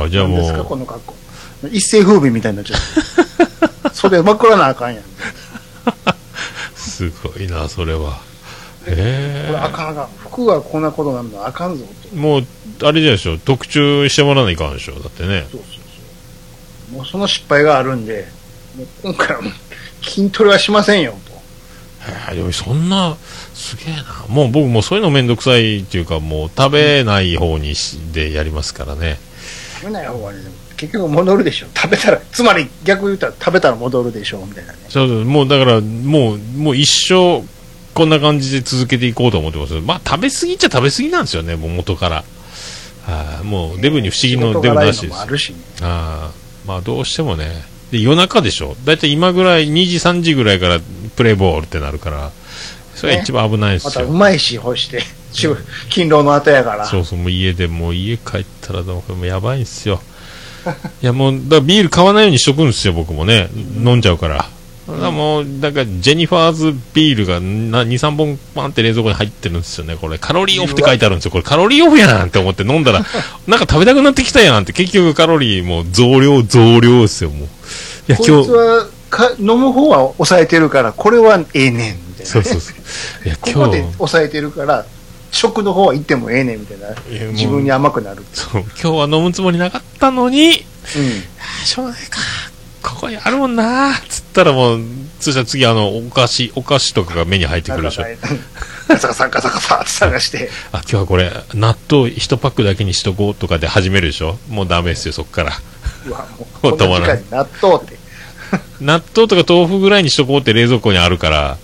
じゃあもう何ですかこの格好。一世風靡みたいになっちゃって袖まくらなあかんやんすごいな、それは。 これあかん服がこんなことなんだ、あかんぞと。 もうあれじゃないでしょ、特注してもらわないかんでしょ、だってね。 もうその失敗があるんで、もう今回は筋トレはしませんよと。 でもそんなすげえな。もう僕もそういうのめんどくさいっていうか、もう食べない方にでやりますからね。 食べない方がね、結局戻るでしょ。食べたら、つまり逆言ったら食べたら戻るでしょみたいなね。 そう、もうだからもう一生こんな感じで続けていこうと思ってます。まあ食べ過ぎっちゃ食べ過ぎなんですよね、もう元から。もうデブに不思議のデブなしです。まあどうしてもね。で夜中でしょ。だいたい今ぐらい2時3時ぐらいからプレーボールってなるから、それが一番危ないですよ。 またうまいし干して勤労の後やから。 そうもう家帰ったらもうやばいんですよ。いやもうだからビール買わないようにしとくんですよ、僕もね。飲んじゃうから。もうだからジェニファーズビールが2、3本パンって冷蔵庫に入ってるんですよね。これカロリーオフって書いてあるんですよ。これカロリーオフやんって思って飲んだらなんか食べたくなってきたやんって、結局カロリーも増量ですよ。もういやこいつは飲む方は抑えてるからこれはええねんみたいな、ね、そういやここで抑えてるから食の方は行ってもええねんみたいな、自分に甘くなる。 そう今日は飲むつもりなかったのに、しょうがないかここにあるもんなーっつったら、もうそしたら次お菓子とかが目に入ってくるでしょ。 ガサガサって探して今日はこれ納豆1パックだけにしとこうとかで始めるでしょ。もうダメですよ、そっから。 うわもうこんな時間に納豆って納豆とか豆腐ぐらいにしとこうって冷蔵庫にあるから、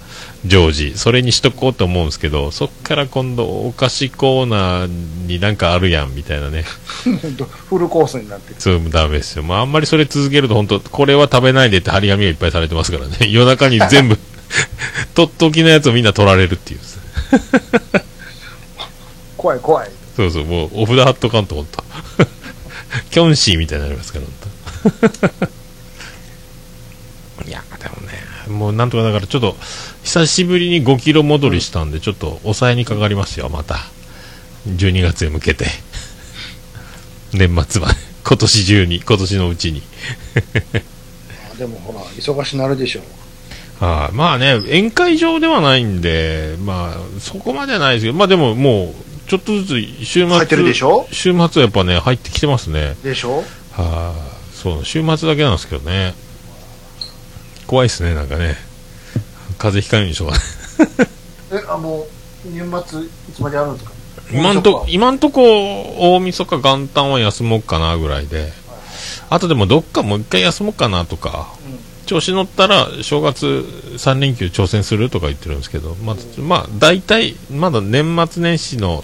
常時それにしとこうと思うんですけど、そっから今度お菓子コーナーになんかあるやんみたいなねフルコースになってる。 そうダメですよ。まああんまりそれ続けると本当これは食べないでって張り紙がいっぱいされてますからね夜中に全部とっておきのやつをみんな取られるっていう怖い怖い。 そうそう、もうお札貼っとかんと思ったキョンシーみたいになりますから本当いやでもね、もうなんとかだからちょっと久しぶりに5キロ戻りしたんで、ちょっと抑えにかかりますよまた12月へ向けて年末は今年中に、今年のうちにでもほら忙しなるでしょう。 まあね、宴会場ではないんで、まあそこまではないですけど、まあでももうちょっとずつ週末入ってるでしょ。 週末はやっぱね入ってきてますね。 でしょ。 そう週末だけなんですけどね、怖いですね、なんかね風邪ひかんようにしとかねもう年末いつまであるんですか。 今んとこ大晦日元旦は休もうかなぐらいで、あとでもどっかもう一回休もうかなとか、調子乗ったら正月3連休挑戦するとか言ってるんですけど、まあ大体まだ年末年始の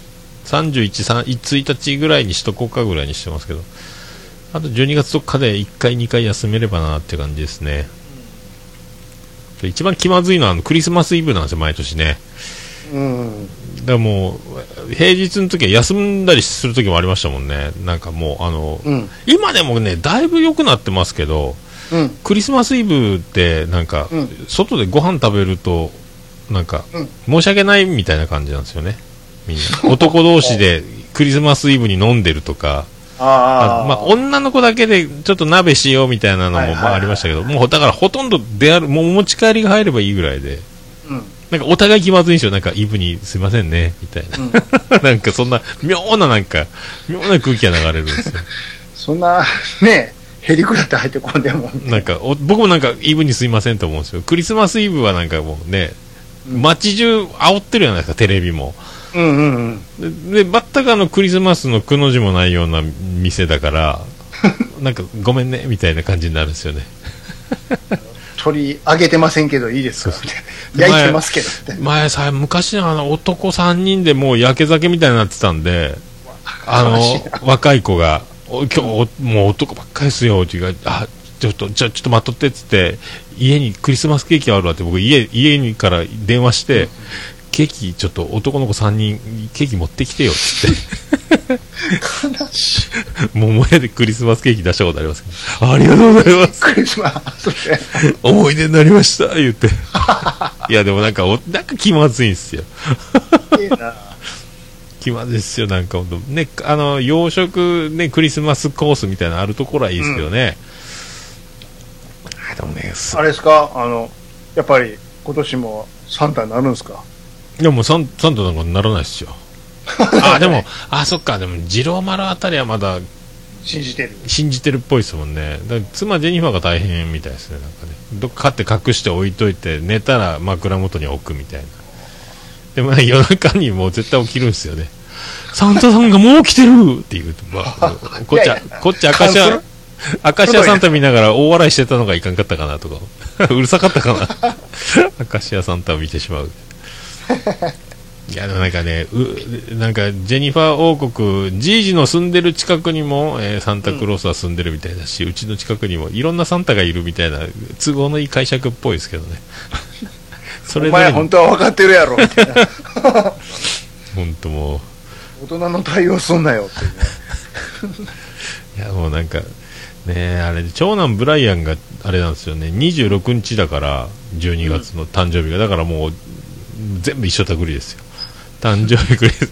31、1日ぐらいにしとこうかぐらいにしてますけど、あと12月とかで1回2回休めればなって感じですね。一番気まずいのはクリスマスイブなんですよ毎年ね。だからもう平日の時は休んだりする時もありましたもんね。なんかもう今でもねだいぶ良くなってますけど、クリスマスイブってなんか、外でご飯食べるとなんか、申し訳ないみたいな感じなんですよね。みんな男同士でクリスマスイブに飲んでるとかまあ、女の子だけでちょっと鍋しようみたいなのもまあありましたけど、もうだからほとんどもうお持ち帰りが入ればいいぐらいで、なんかお互い気まずいんですよ。なんかイブにすいませんねみたいな、なんかそんな妙な空気が流れるんですよそんなねへりくだって入ってこんでもなんか僕もなんかイブにすいませんと思うんですよ。クリスマスイブはなんかもうね、街中煽ってるじゃないですかテレビも。で全くクリスマスのくの字もないような店だからなんかごめんねみたいな感じになるんですよね鳥揚げてませんけどいいですかみたいな、焼いてますけど前さ昔の男3人でもう焼け酒みたいになってたんで、若い子が今日もう男ばっかりですよって言うからちょっと待っとってっつって、家にクリスマスケーキあるわって僕家にから電話して、ケーキちょっと男の子3人ケーキ持ってきてよっつって悲しい桃屋でクリスマスケーキ出したことありますけど、ありがとうございますクリスマス思い出になりました言っていやでもなんか気まずいんですよいいな気まずいっすよ。なんかほんとね、洋食ねクリスマスコースみたいなのあるところはいいですけどね、でもねあれですか、やっぱり今年もサンタになるんですか。 でもサンタなんかならないっすよでもそっか、でも次郎丸あたりはまだ信じてるっぽいですもんね。だから妻ジェニファーが大変みたいですね。なんかね、どっか買って隠して置いといて寝たら枕元に置くみたいな。でも、夜中にもう絶対起きるんですよね。サンタさんがもう来てるって言うと、こっち明石家サンタ見ながら大笑いしてたのがいかんかったかなとかうるさかったかな明石家サンタを見てしまういやでもなんかね、なんかジェニファー王国ジージの住んでる近くにも、サンタクロースは住んでるみたいだし、うちの近くにもいろんなサンタがいるみたいな都合のいい解釈っぽいですけどねそれお前本当は分かってるやろみたいな本当もう大人の対応すんなよってねいやもうなんかね、あれ長男ブライアンがあれなんですよね、26日だから12月の誕生日が、だからもう全部一緒たぐりですよ誕生日クリス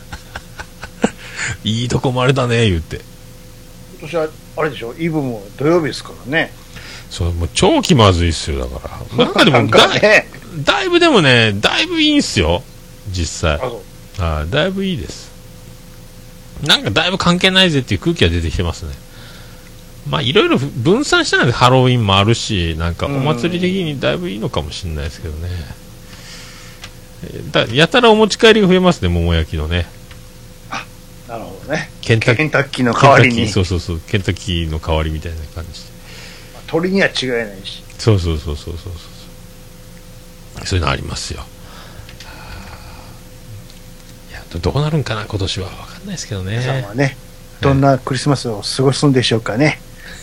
いいとこもあれだね言って。 今年はあれでしょ、イブも土曜日ですからね。 そうもう超気まずいっすよ。だからなんかでもだいぶでもね、だいぶいいんすよ実際。だいぶいいです。なんかだいぶ関係ないぜっていう空気が出てきてますね。まあいろいろ分散したのでハロウィンもあるし、なんかお祭り的にだいぶいいのかもしれないですけどね。やたらお持ち帰りが増えますね、桃焼きのね。 なるほどね。 ケンタッキーの代わりに。 そうケンタッキーの代わりみたいな感じで。 鳥には違いないし。 そうそういうのありますよ。いや、どうなるんかな今年は分かんないですけどね。 皆さんはね、どんなクリスマスを過ごすんでしょうかね。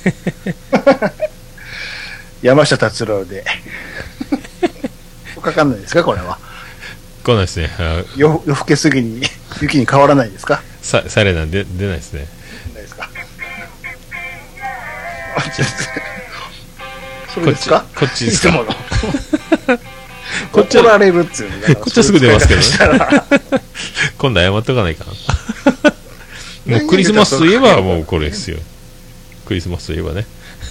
山下達郎でかかんないですかこれは。 来ないですね。 夜更けすぎに雪に変わらないですか。 サイレンなんで出ないですね。 ないですか。それですか。 こっちですか。 いつものこっち怒られるっつうの。 こっちはすぐ出ますけどね。今度謝っとかないかな。もうクリスマスといえばもうこれですよ。クリスマスといえばね。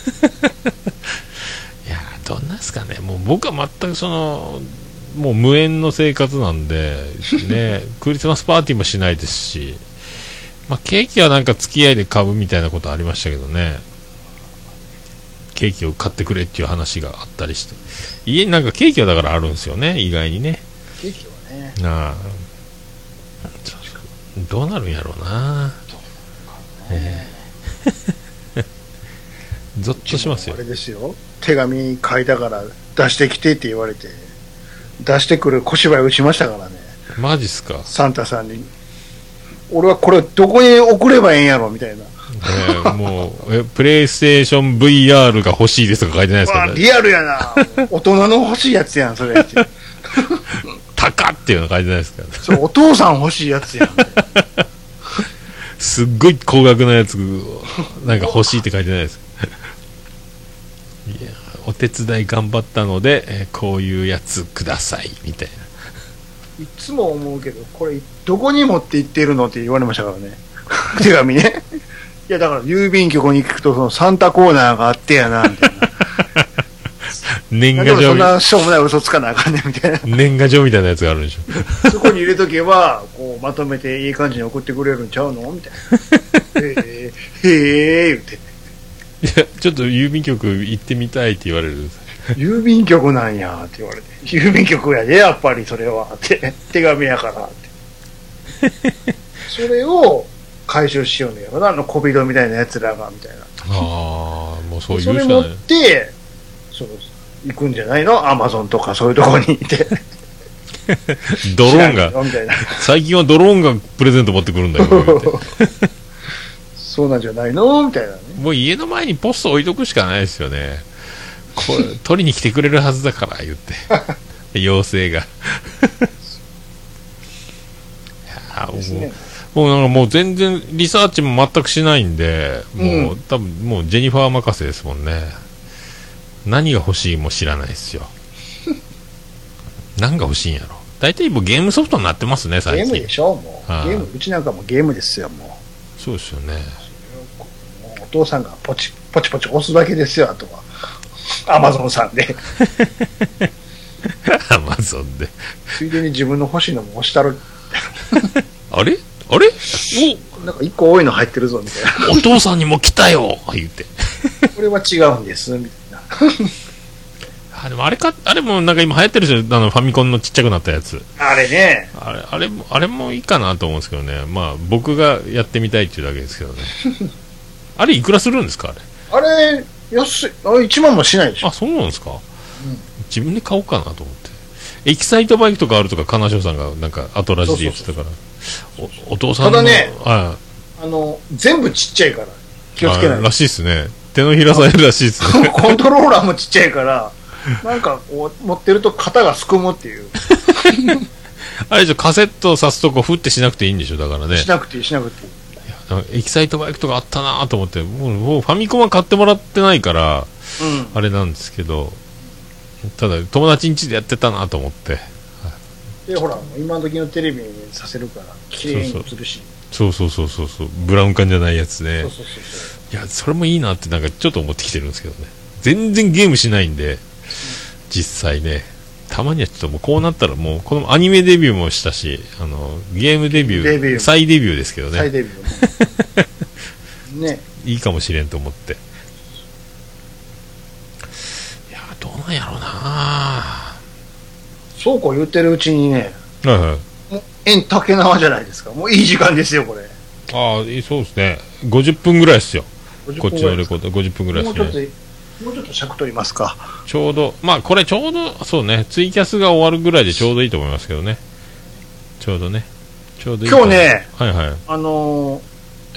いやどんなんですかね。もう僕は全くもう無縁の生活なんでね。クリスマスパーティーもしないですし、まあ、ケーキはなんか付き合いで買うみたいなことありましたけどね。ケーキを買ってくれっていう話があったりして、家になんかケーキはだからあるんですよね、意外にね。 ケーキはね。 どうなるんやろうな。ゾッとしますよ。 あれですよ。手紙書いたから出してきてって言われて、出してくる小芝居打ちましたからね。 マジっすか。 サンタさんに。俺はこれどこに送ればええんやろみたいな。 もうプレイステーション VR が欲しいですとか書いてないですかね。 リアルやな。大人の欲しいやつやんそれって。 高っていうの書いてないですから、ね、 そうお父さん欲しいやつやん。 すっごい高額なやつなんか欲しいって書いてないです。いやお手伝い頑張ったので、こういうやつくださいみたいな。 いつも思うけどこれどこに持って行ってるのって言われましたからね。手紙ね。いやだから郵便局に行くとそのサンタコーナーがあってやなみたいな。 年賀状。 そんなしょうもない嘘つかなあかんねみたいな。 年賀状みたいなやつがあるんでしょ。 そこに入れとけばこうまとめていい感じに送ってくれるんちゃうのみたいな。へえ言って。 いやちょっと郵便局行ってみたいって言われる。 郵便局なんやって言われて、郵便局やでやっぱりそれはって手紙やからって。それを回収しようねやろな、小人みたいなやつらがみたいな。 ああもうそういうしかない。 それ持って行くんじゃないの、アマゾンとかそういうとこにいて。 ドローンが最近はドローンがプレゼント持ってくるんだよ。 そうなんじゃないのみたいなね。 もう家の前にポスト置いとくしかないですよね。これ取りに来てくれるはずだから言って妖精が。いやもうなんかもう全然リサーチも全くしないんで、もう多分もうジェニファー任せですもんね。何が欲しいも知らないですよ。何が欲しいんやろ。大体もうゲームソフトになってますね最近。 ゲームでしょもう。ゲームうちなんかもゲームですよもう。そうですよね。 お父さんがポチポチ押すだけですよあとは。アマゾンさんで。 アマゾンで。 ついでに自分の欲しいのも押したろ。 あれおなんか一個多いの入ってるぞみたいな。 お父さんにも来たよ言って。これは違うんですみたいな。 でもあれもなんか今流行ってるでしょ、ファミコンのちっちゃくなったやつ。 あれね。 あれもいいかなと思うんですけどね。まあ僕がやってみたいっていうだけですけどね。あれいくらするんですかあれ安い。1万もしないでしょ。 あ、そうなんですか、自分で買おうかなと思って。エキサイトバイクとかあるとか金城さんがなんか後ラジで言ってたから。お父さんのただね、全部ちっちゃいから気をつけないらしいですね。手のひらサイズらしいですね。 コントローラーもちっちゃいからなんかこう持ってると肩がすくむっていう。 あれじゃカセットを挿すとこ振ってしなくていいんでしょ。だからね、 しなくていいエキサイトバイクとかあったなと思って、もうファミコンは買ってもらってないから、あれなんですけど、ただ友達ん家でやってたなと思って。 でほら今時のテレビにさせるから綺麗に映るし。 そうブラウン管じゃないやつね。いやそれもいいなってなんかちょっと思ってきてるんですけどね。全然ゲームしないんで、実際ね。たまにはちょっともうこうなったらもうこのアニメデビューもしたし、ゲームデビュー再デビューですけどね。 再デビューね。 いいかもしれんと思って。いやどうなんやろうな。 そうこう言ってるうちにね、もう竹縄じゃないですか。もういい時間ですよこれ。 ああそうですね。50分ぐらいですよ。こっちのレコード50分ぐらいですね。 もうちょっともうちょっと尺取りますか。 ちょうど、まあこれちょうど、そうね、ツイキャスが終わるぐらいでちょうどいいと思いますけどね。ちょうどね。ちょうどいい。 今日ね、 はいはい。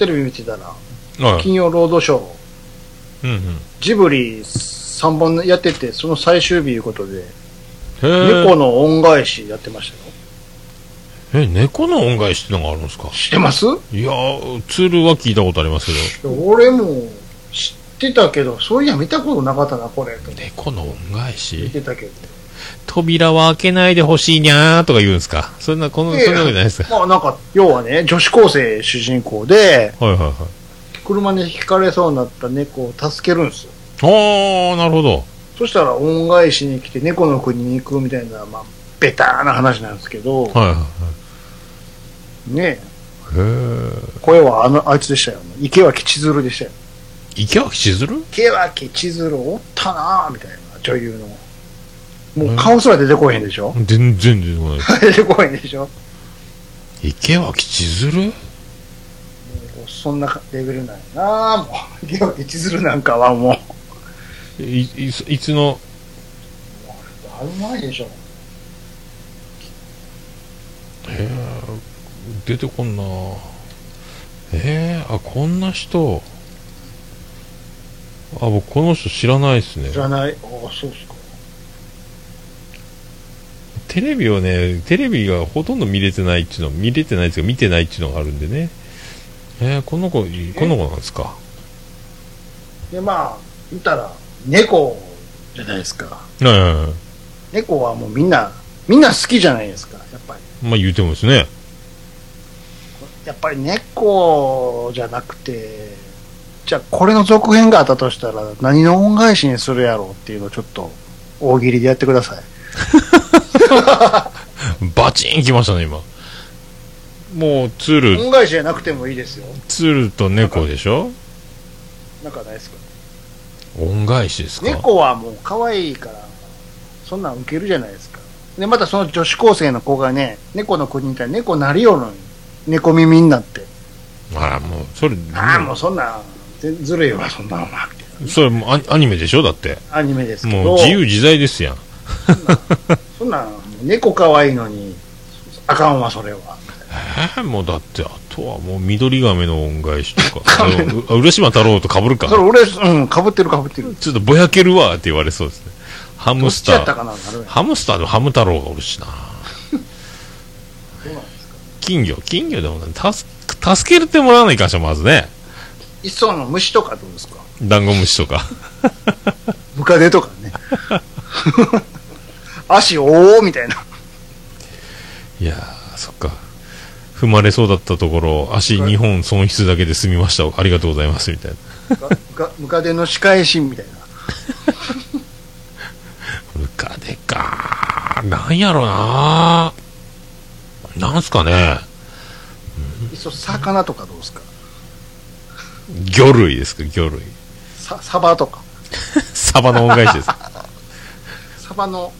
テレビ見てたら、 はい、 金曜ロードショー、 うんうん、 ジブリ3本やってて、その最終日いうことで、 へ猫の恩返しやってましたよ。 猫の恩返しってのがあるんですか？ 知ってます？ いやー、ツールは聞いたことありますけど。 俺も知ってたけど、そういや見たことなかったな、これ。 猫の恩返し見てたけど。 扉は開けないでほしいにゃーとか言うんですか？そんなわけじゃないですか。 まあなんか、要はね、女子高生主人公で、 はいはいはい。 車にひかれそうになった猫を助けるんですよ。 ああ、なるほど。 そしたら恩返しに来て猫の国に行くみたいな、まあ、ベターな話なんですけど、 はいはいはい。 ねえ。へえ。 声はあいつでしたよ。池脇千鶴でしたよ。 池脇千鶴？ 池脇千鶴おったなぁ、みたいな、女優の。もう顔すら出てこへんでしょ？ 全然出てこない。 出てこへんでしょ？ 池脇千鶴？ そんなレベルなんやなぁ、もう。池脇千鶴なんかはもう。 いつの？ だいぶ前でしょ。 出てこんな。こんな人。僕この人知らないですね。 知らない。そうっすか。 テレビがほとんど見れてないっていうの、見てないっていうのがあるんでね。この子なんですか。 で、まあ、見たら、猫じゃないですか。猫はもうみんな好きじゃないですか、やっぱり。 まあ言うてもですね。 やっぱり猫じゃなくて、じゃあこれの続編があったとしたら何の恩返しにするやろうっていうのをちょっと大喜利でやってください。 バチンきましたね今。もうツール恩返しじゃなくてもいいですよ。 ツールと猫でしょ。 なんかないですか？ 恩返しですか？ 猫はもう可愛いからそんなん受けるじゃないですか。でまたその女子高生の子がね、猫の子にいたら猫なりよるのに、猫耳になって、 あらもうそれもうそんなんずるいわ、そんなのなみたいな。 それもアニメでしょ？だってアニメですけど、 もう自由自在ですやん。 そんなん猫可愛いのにあかんわそれは。 もうだってあとはもう緑亀の恩返しとか浦島太郎と被るか。 それ俺被ってる。 ちょっとぼやけるわって言われそうですね。ハムスターハムスターでハム太郎がおるしな。 そうなんですか。 金魚でも助けてもらわないかしらまずね。 いっその虫とかどうですか？ ダンゴムシとかムカデとかね。足おみたいな。 いやそっか。踏まれそうだったところ足2本損失だけで済みましたありがとうございますみたいな。 ムカデの仕返しみたいな。 ムカデかなんやろな、なんすかね。 いっそ魚とかどうですか？ 魚類ですか？魚類サバとか。 サバの恩返しです。 サバの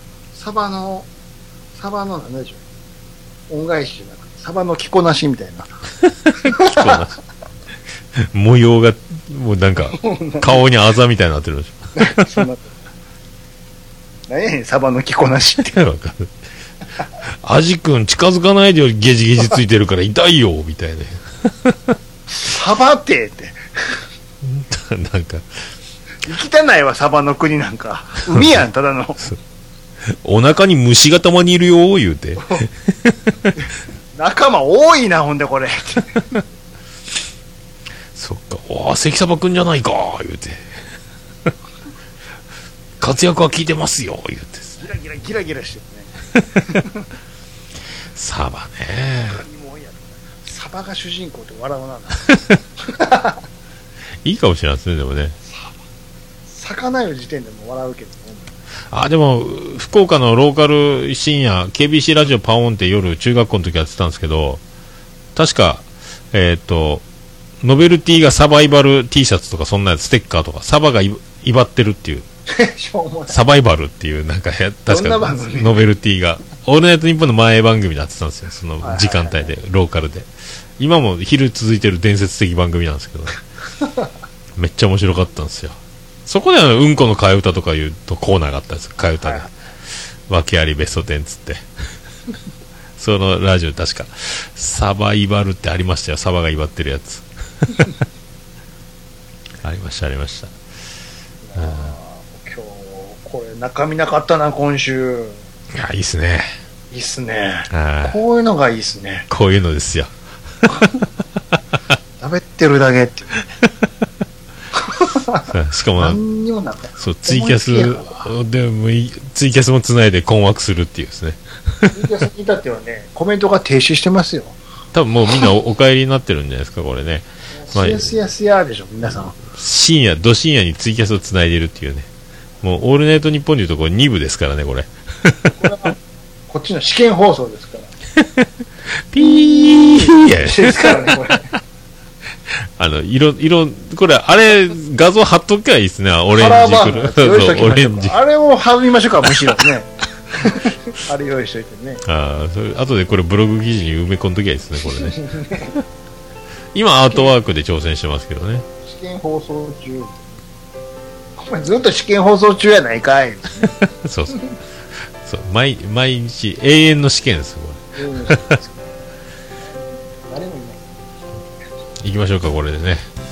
なんでしょう、恩返しじゃなくてサバの着こなしみたいな。 着こなし模様がもうなんか顔にあざみたいになってるでしょ。 そんな何やねんサバの着こなしって。 アジ君近づかないでよゲジゲジついてるから痛いよみたいな。 サバってなんか汚いわサバの国なんか海やんただの。 お腹に虫がたまにいるよ言うて。 仲間多いなほんでこれ。 そっか、お関サバくんじゃないか言うて。活躍は聞いてますよ言うて。 ギラギラしてるね。 サバね。 サバが主人公って笑うな。 いいかもしれないですねでもね。 魚よ時点でも笑うけど。 でも福岡のローカル深夜 KBC ラジオパオンって夜中学校の時やってたんですけど、確かノベルティがサバイバル T シャツとかそんなやつステッカーとかサバが威張ってるっていうサバイバルっていうなんか確かノベルティがオールナイトニッポンの前番組になってたんですよ、その時間帯でローカルで。今も昼続いてる伝説的番組なんですけどめっちゃ面白かったんですよ。 そこでうんこの替え歌とかいうとコーナーがあったんですよ、替え歌で。訳ありベスト10つって。そのラジオ確か、サバイバルってありましたよ、サバが威張ってるやつ。ありました、ありました。 今日、これ中身なかったな、今週。 いや、いいっすね。 いいっすね。こういうのがいいっすね。 こういうのですよ。 喋ってるだけっていう。 しかも何にもなかった。 そう、ツイキャスでもツイキャスもつないで困惑するっていうですね。 ツイキャスに至ってはね、コメントが停止してますよ。 多分もうみんなお帰りになってるんじゃないですか、これね。 すやすやすやでしょ、皆さん。 深夜にツイキャスをつないでるっていうね。もうオールナイトニッポンでいうところ2部ですからね、これ。 こっちの試験放送ですから。 ピーやですからね、これ。 これ、あれ、画像貼っとけばいいですね、オレンジくる。オレンジ。あれを貼りましょうか、むしろね。あれ用意しといてね。 後でこれブログ記事に埋め込んときゃいいですね、これね。今、アートワークで挑戦してますけどね。 試験放送中。お前ずっと試験放送中やないかい。 そう。毎日、永遠の試験ですよ、これ。行きましょうか、これでね。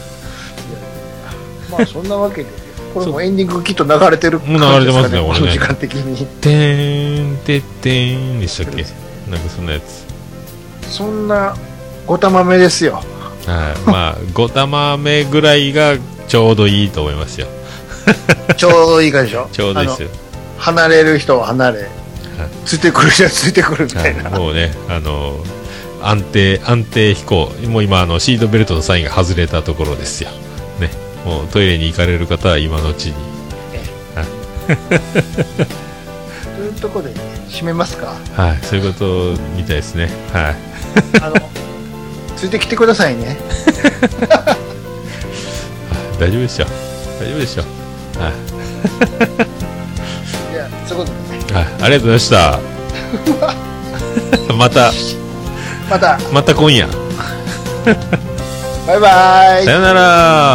まあそんなわけで、これもエンディングきっと流れてる感じですかね。もう流れてますね、これね。 時間的に。 てーんてってーんでしたっけ、なんかそんなやつ。 そんなごたまめですよ。 はい、まあごたまめぐらいがちょうどいいと思いますよ。 ちょうどいいかでしょ。 ちょうどいいですよ。 離れる人は離れ、ついてくる人はついてくるみたいな。 もうね、安定飛行、もう今シートベルトのサインが外れたところですよ。ね、もうトイレに行かれる方は今のうちに。 というところで、ね、締めますか。 はい、そういうことみたいですね。はい。 ついてきてくださいね。 大丈夫でしょ。大丈夫でしょ。はい。 じゃあそういうことでね。はい、ありがとうございました。また今夜。 バイバイ。 さよなら。